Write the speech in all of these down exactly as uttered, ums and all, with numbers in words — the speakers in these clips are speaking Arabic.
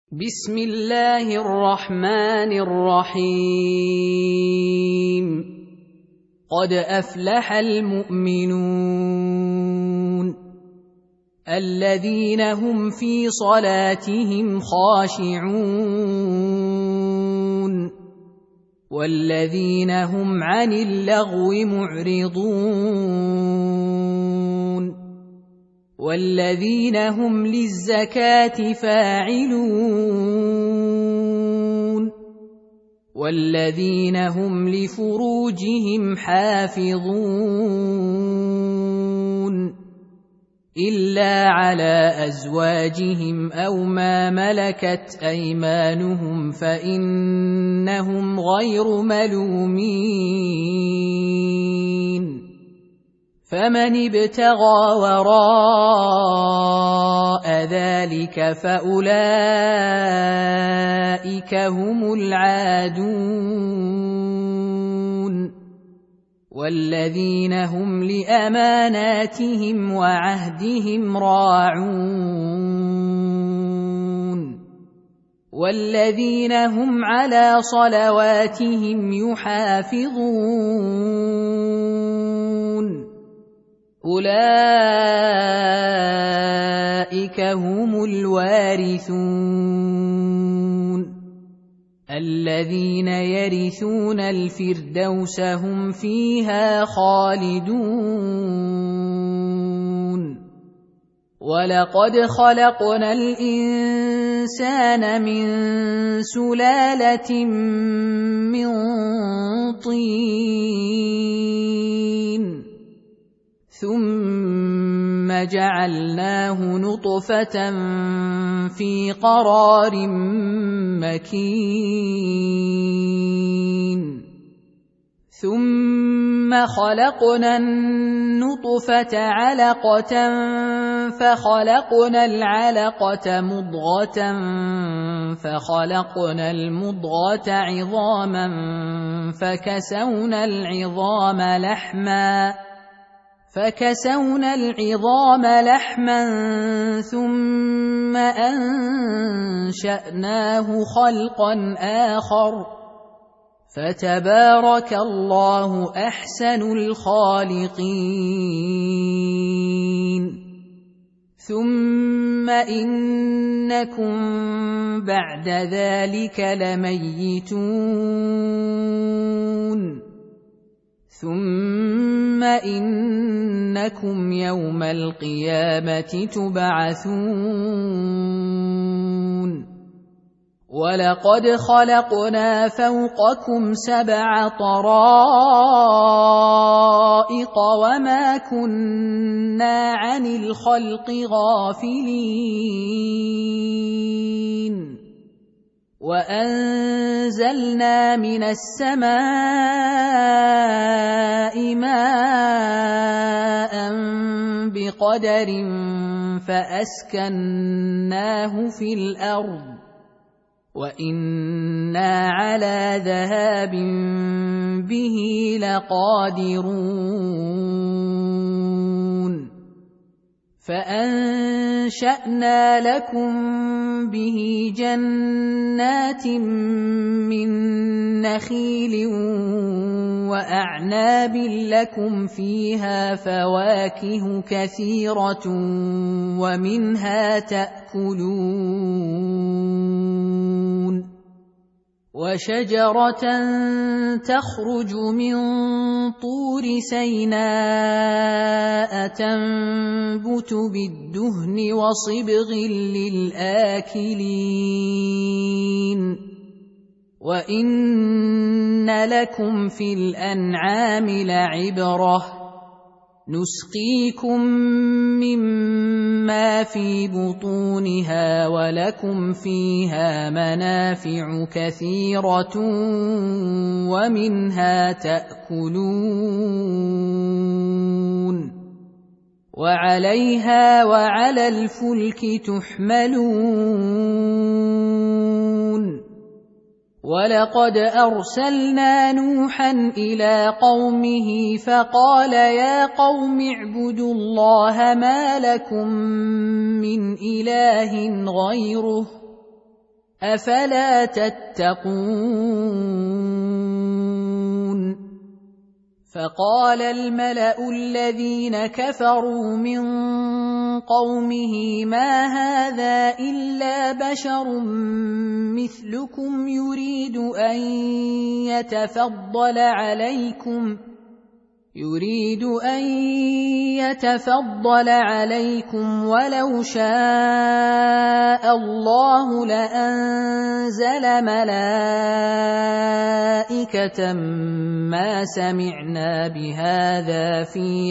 بسم الله الرحمن الرحيم قد أفلح المؤمنون الذين هم في صلاتهم خاشعون والذين هم عن اللغو معرضون والذين هم للزكاة فاعلون والذين هم لفروجهم حافظون إلا على أزواجهم أو ما ملكت أيمانهم فإنهم غير ملومين فمن ابتغى وراء ذلك فأولئك هم العادون والذين هم لأماناتهم وعهدهم راعون والذين هم على صلواتهم يحافظون أولئك هم الوارثون الذين يرثون الفردوس هم فيها خالدون ولقد خلقنا الإنسان من سلالة من طين ثم جعلناه نطفة في قرار مكين ثم خلقنا النطفة علقة فخلقنا العلقة مضغة فخلقنا المضغة عظاما فكسونا العظام لحما فكسونا العظام لحما ثم أنشأناه خلقا آخر فتبارك الله أحسن الخالقين ثم إنكم بعد ذلك لميتون ثم إنكم يوم القيامة تبعثون ولقد خلقنا فوقكم سبع طرائق وما كنا عن الخلق غافلين وأنزلنا من السماء ماء بقدر فأسكناه في الأرض وإنا على ذهاب به لقادرون فأنشأنا لكم به جنات من نخيل وأعناب لكم فيها فواكه كثيرة ومنها تأكلون وشجرة تخرج من طور سيناء تنبت بالدهن وصبغ للآكلين وإن لكم في الأنعام لعبرة نسقيكم مما في بطونها ولكم فيها منافع كثيرة ومنها تأكلون وعليها وعلى الفلك تحملون ولقد أرسلنا نوحا إلى قومه فقال يا قوم اعبدوا الله ما لكم من إله غيره أفلا تتقون فقال الملأ الذين كفروا من قومه ما هذا إلا بشر مثلكم يريد أن يتفضل عليكم يريد أن يتفضل عليكم ولو شاء الله لأنزل ملائكة ما سمعنا بهذا في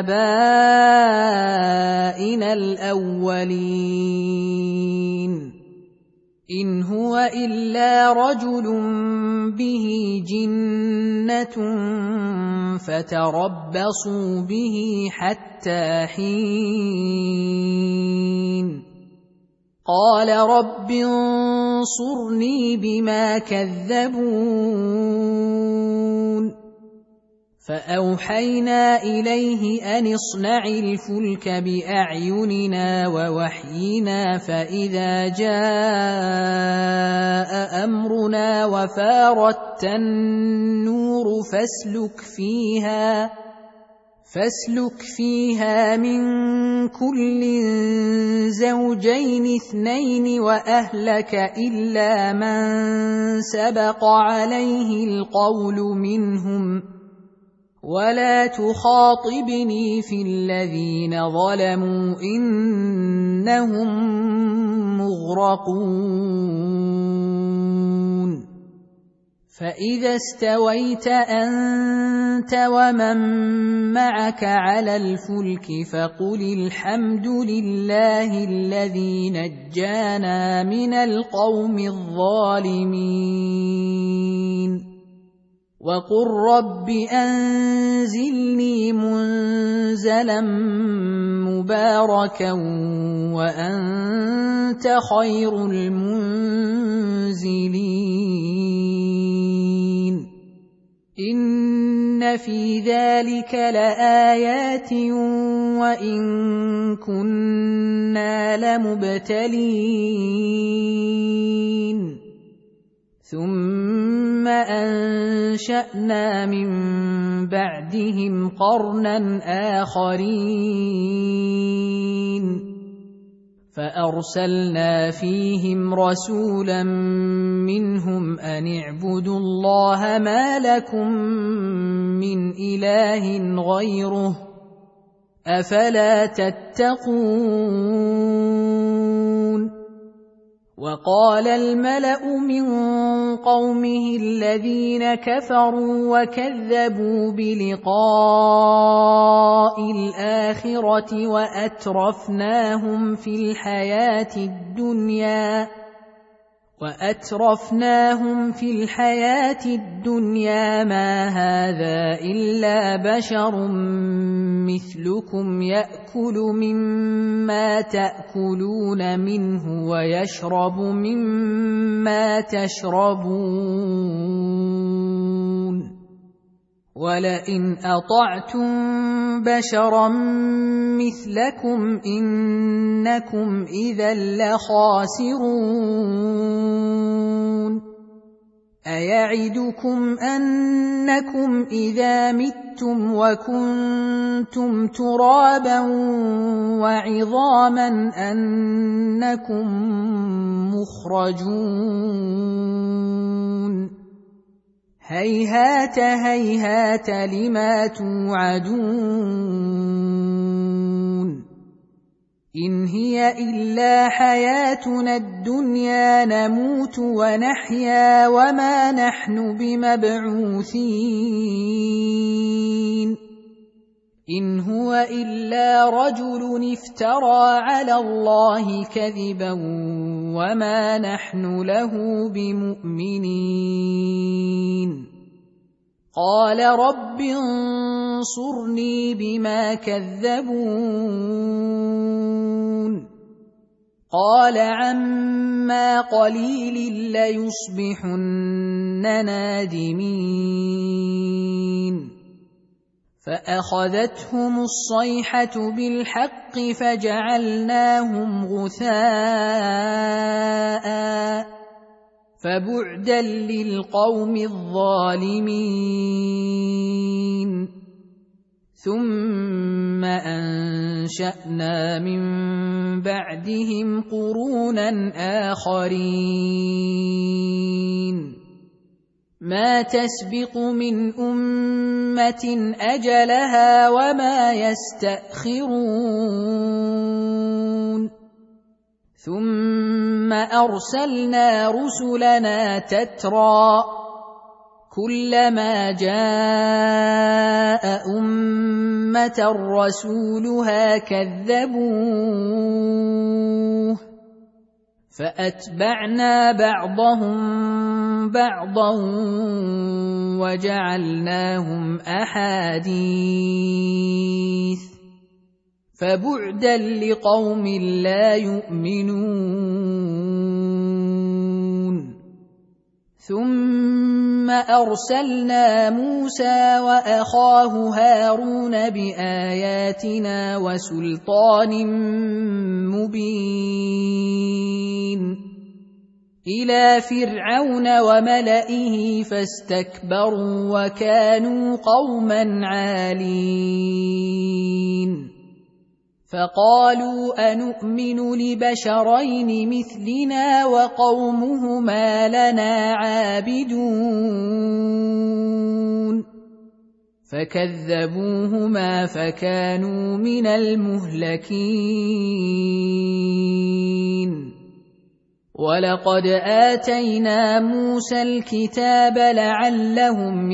آبائنا الأولين إن هو إلا رجل به جنة فتربصوا به حتى حين قال رب انصرني بما كذبون فأوحينا إليه أن اصنع الفلك بأعيننا ووحينا فإذا جاء أمرنا وفارت النور فاسلك فيها فاسلك فيها من كل زوجين اثنين وأهلك إلا من سبق عليه القول منهم ولا تخاطبني في الذين ظلموا إنهم مغرقون فإذا استويت أنت ومن معك على الفلك فقل الحمد لله الذي نجانا من القوم الظالمين وقل رب أنزلني منزلا مباركا وأنت خير المنزلين إن في ذلك لآيات وإن كنا لمبتلين ثم أنشأنا من بعدهم قرنا آخرين فأرسلنا فيهم رسولا منهم أن اعبدوا الله ما لكم من إله غيره أفلا تتقون وقال الملأ من قومه الذين كفروا وكذبوا بلقاء الآخرة وأترفناهم في الحياة الدنيا وأترفناهم في الحياة الدنيا ما هذا إلا بشر مثلكم يأكل مما تأكلون منه ويشرب مما تشربون ولئن أطعتم بشرا مثلكم إنكم إذا لخاسرون أيعدكم أنكم إذا متم وكنتم ترابا وعظاما أنكم مخرجون هيهات هيهات لما توعدون إن هي إلا حياتنا الدنيا نموت ونحيا وما نحن بمبعوثين إن هو إلا رجل افترى على الله كذبا وما نحن له بمؤمنين قال رب انصرني بما كذبون قال عما قليل ليصبحن نادمين فأخذتهم الصيحة بالحق فجعلناهم غثاء فبعدا للقوم الظالمين ثم أنشأنا من بعدهم قرونا آخرين ما تسبق من أمة أجلها وما يستأخرون ثم أرسلنا رسلنا تترى كلما جاء أمة رسولها كذبوه فأتبعنا بعضهم بعضا وجعلناهم أحاديث فبعدا لقوم لا يؤمنون ثم أرسلنا موسى وأخاه هارون بآياتنا وسلطان مبين إلى فرعون وملئه فاستكبروا وكانوا قوما عالين فقالوا أنؤمن لبشرين مثلنا وقومهما لنا عابدون فكذبوهما فكانوا من المهلكين ولقد آتينا موسى الكتاب لعلهم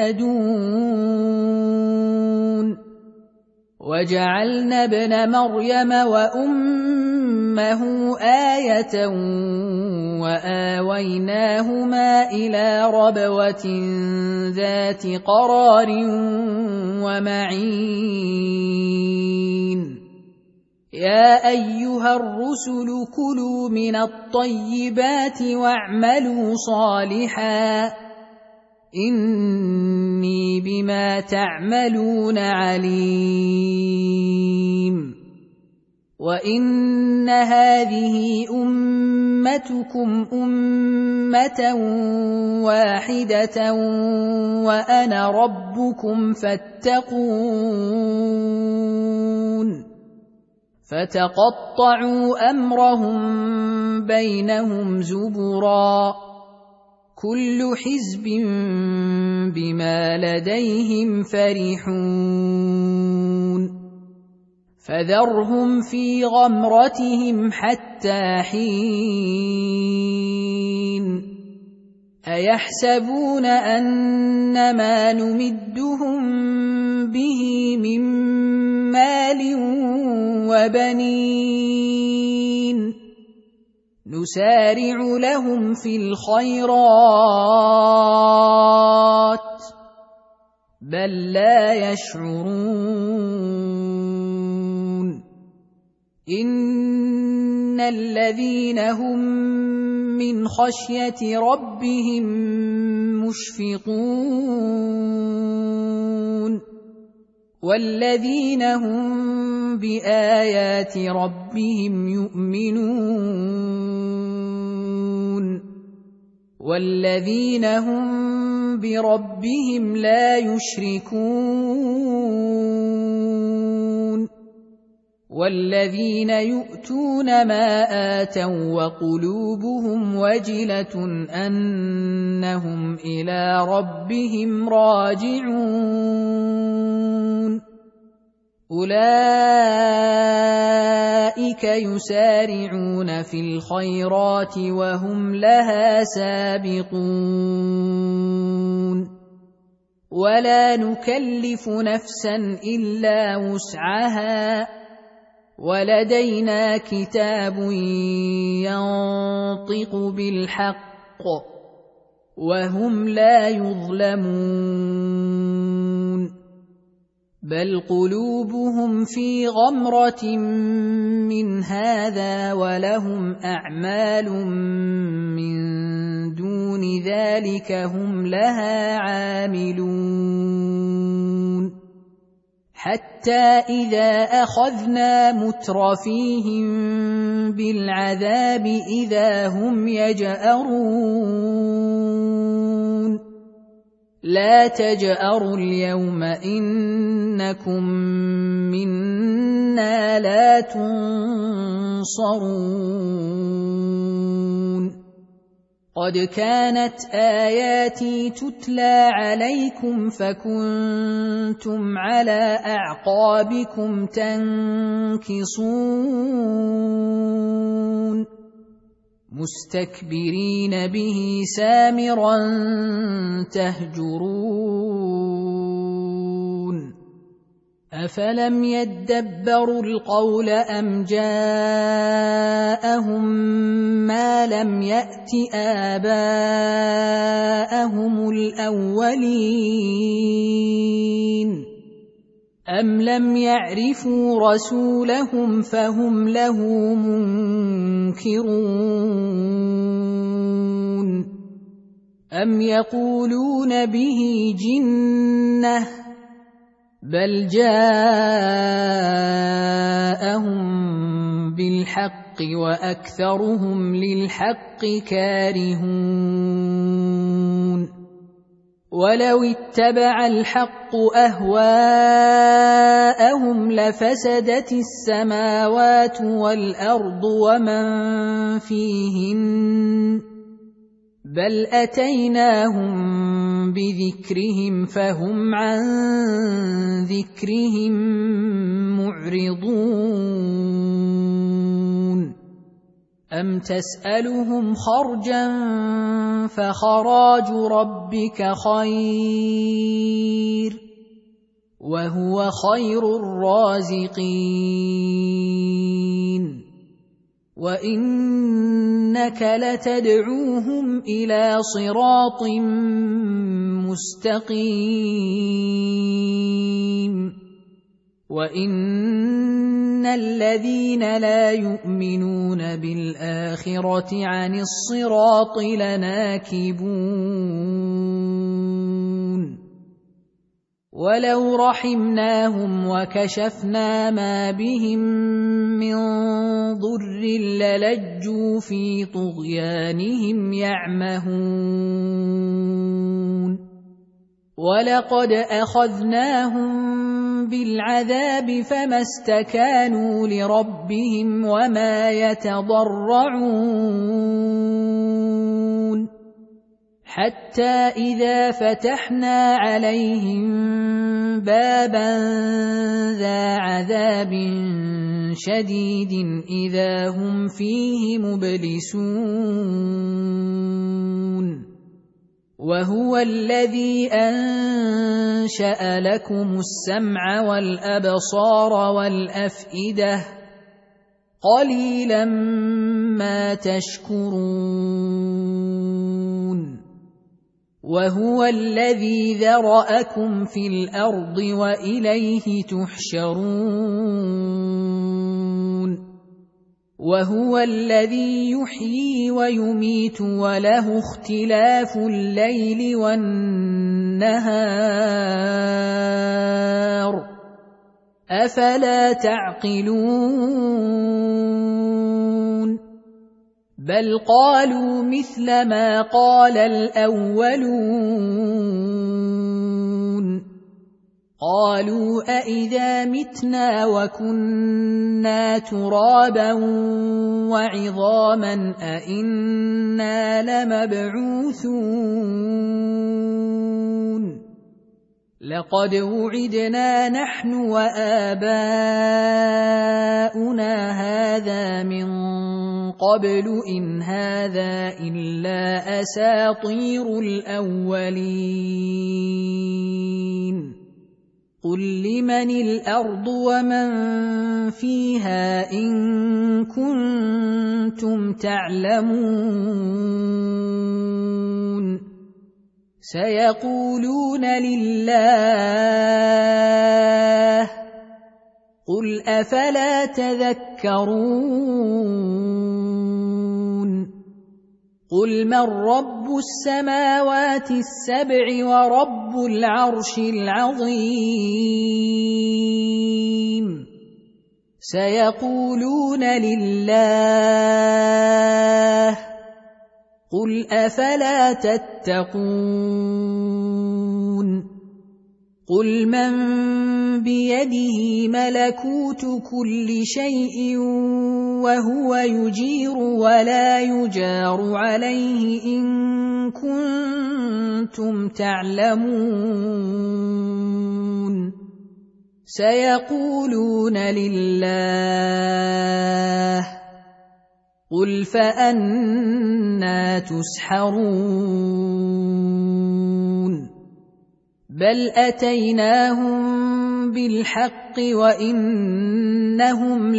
يهتدون وجعلنا ابن مريم وأمه آية وآويناهما إلى ربوة ذات قرار ومعين يا أيها الرسل كلوا من الطيبات واعملوا صالحا إني بما تعملون عليم وإن هذه أمتكم أمة واحدة وأنا ربكم فاتقون فتقطعوا أمرهم بينهم زبرا كل حزب بما لديهم فرحون فذرهم في غمرتهم حتى حين أيحسبون أن ما نمدهم به من مال وبنين نسارع لهم في الخيرات بل لا يشعرون إن الذين هم من خشية ربهم مشفقون والذين هم بآيات ربهم يؤمنون والذين هم بربهم لا يشركون والذين يؤتون ما آتوا وقلوبهم وجلة أنهم إلى ربهم راجعون أولئك يسارعون في الخيرات وهم لها سابقون ولا نكلف نفسا إلا وسعها ولدينا كتاب ينطق بالحق وهم لا يظلمون بل قلوبهم في غمرة من هذا ولهم أعمال من دون ذلك هم لها عاملون حتى إذا أخذنا مترفيهم بالعذاب إذا هم يجأرون لا تجأروا اليوم إنكم منا لا تنصرون قد كانت آياتي تتلى عليكم فكنتم على أعقابكم تنكصون مستكبرين به سامرا تهجرون أفلم يدبروا القول أم جاءهم ما لم يأت آباءهم الأولين أم لم يعرفوا رسولهم فهم له منكرون أم يقولون به جنة بل جاءهم بالحق وأكثرهم للحق كارهون ولو اتبع الحق أهواءهم لفسدت السماوات والأرض ومن فيهن بل أتيناهم بذكرهم فهم عن ذكرهم معرضون أم تسألهم خرجا فخراج ربك خير وهو خير الرازقين وإنك لتدعوهم إلى صراط مستقيم وإن الذين لا يؤمنون بالآخرة عن الصراط لناكبون ولو رحمناهم وكشفنا ما بهم من ضر للجوا في طغيانهم يعمهون ولقد أخذناهم بالعذاب فما استكانوا لربهم وما يتضرعون حتى إذا فتحنا عليهم بابا ذا عذاب شديد إذا هم فيه مبلسون وهو الذي أنشأ لكم السمع والأبصار والأفئدة قليلا ما تشكرون وهو الذي ذرأكم في الأرض وإليه تحشرون وهو الذي يحيي ويميت وله اختلاف الليل والنهار أفلا تعقلون بل قالوا مثل ما قال الأولون قالوا أإذا متنا وكنا ترابا وعظاما أإنا لمبعوثون لقد وعدنا نحن وآباؤنا هذا من قبل إن هذا إلا أساطير الأولين قل لمن الأرض ومن فيها إن كنتم تعلمون سيقولون لله قل أفلا تذكرون قل من رب السماوات السبع ورب العرش العظيم سيقولون لله قل أفلا تتقون قل من بيده ملكوت كل شيء وهو يجير ولا يجار عليه إن كنتم تعلمون سيقولون لله قل فأنى تسحرون بل أتيناهم بالحق وإنهم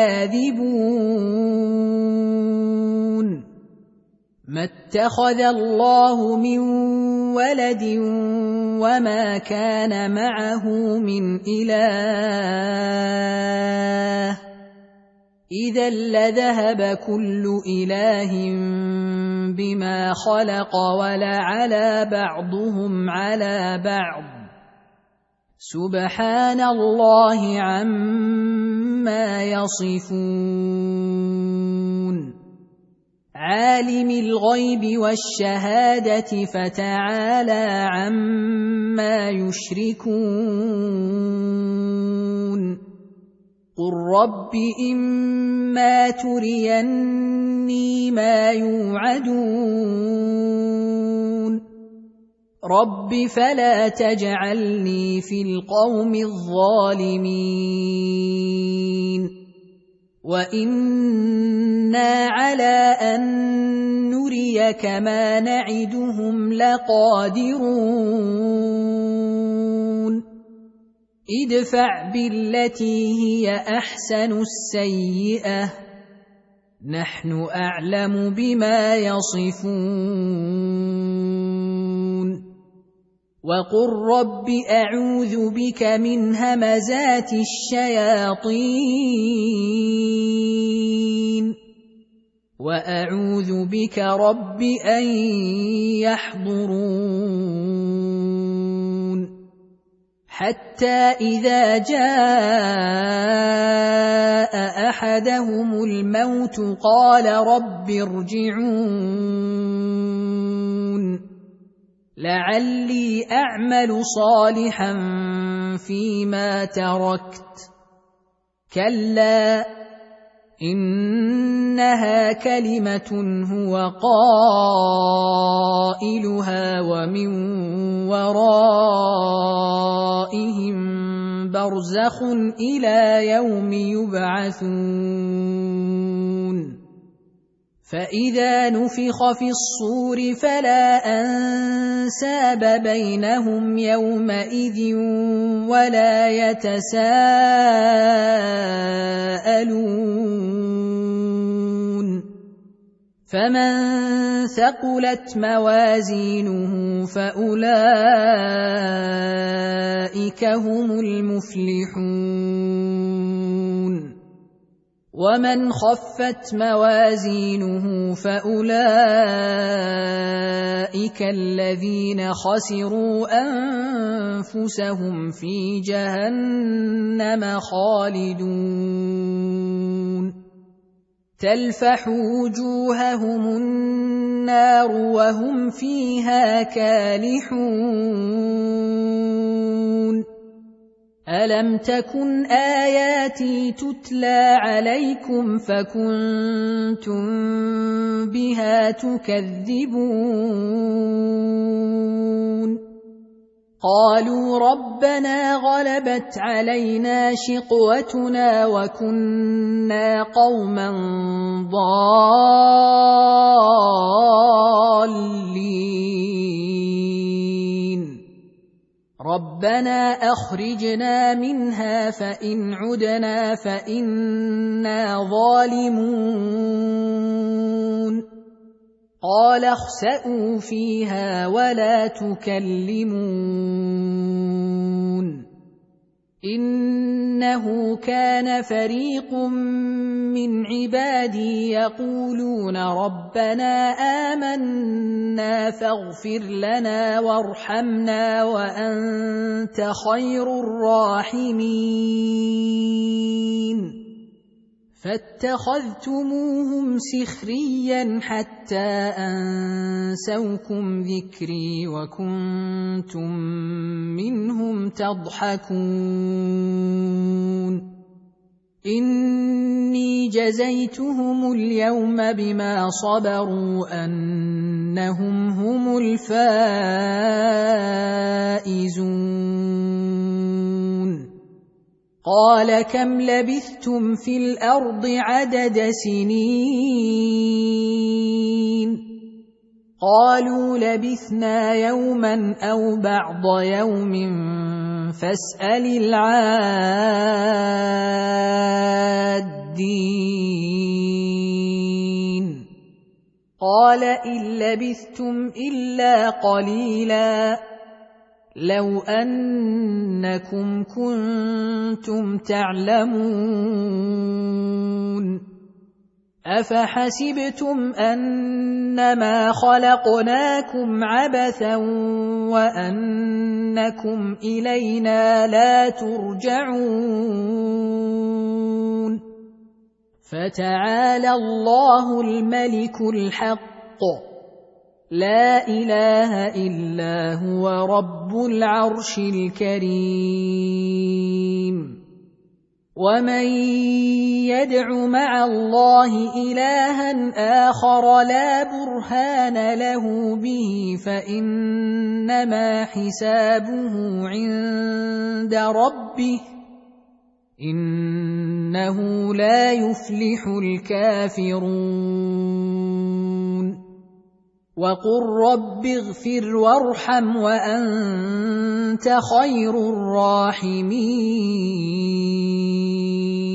لكاذبون ما اتخذ الله من ولد وما كان معه من إله إذا لذهب كل إله بما خلق ولعلى بعضهم على بعض سبحان الله عما يصفون عالم الغيب والشهادة فتعالى عما يشركون قل رب إما تريني ما يوعدون رب فلا تجعلني في القوم الظالمين وإنا على أن نريك ما نعدهم لقادرون ادفع بالتي هي أحسن السيئة نحن أعلم بما يصفون وقل رب أعوذ بك من همزات الشياطين وأعوذ بك رب أن يحضرون حتى إذا جاء أحدهم الموت قال رب ارجعون لعلي أعمل صالحا فيما تركت كلا إنها كلمة هو قائلها ومن ورائهم برزخ إلى يوم يبعثون فإذا نفخ في الصور فلا أنساب بينهم يومئذ ولا يتساءلون فمن ثقلت موازينه فأولئك هم المفلحون ومن خفت موازينه فأولئك الذين خسروا أنفسهم في جهنم خالدون تلفح وجوههم النار وهم فيها كالحون ألم تكن آياتي تتلى عليكم فكنتم بها تكذبون قالوا ربنا غلبت علينا شقوتنا وكنا قوما ضالين ربنا أخرجنا منها فإن عدنا فإنا ظالمون قال اخسئوا فيها ولا تكلمون إنه كان فريق من عبادي يقولون ربنا آمنا فاغفر لنا وارحمنا وأنت خير الراحمين فاتخذتموهم سخريا حتى أنسوكم ذكري وكنتم منهم تضحكون إني جزيتهم اليوم بما صبروا أنهم هم الفائزون قال كم لبثتم في الأرض عدد سنين قالوا لبثنا يوما أو بعض يوم فاسأل العادين قال إن لبثتم إلا قليلا لو أنكم كنتم تعلمون أفحسبتم أنما خلقناكم عبثا وأنكم إلينا لا ترجعون فتعالى الله الملك الحق لا إله إلا هو رب العرش الكريم ومن يدع مع الله إلها آخر لا برهان له به فإنما حسابه عند ربه إنه لا يفلح الكافرون وقل رب اغفر وارحم وأنت خير الراحمين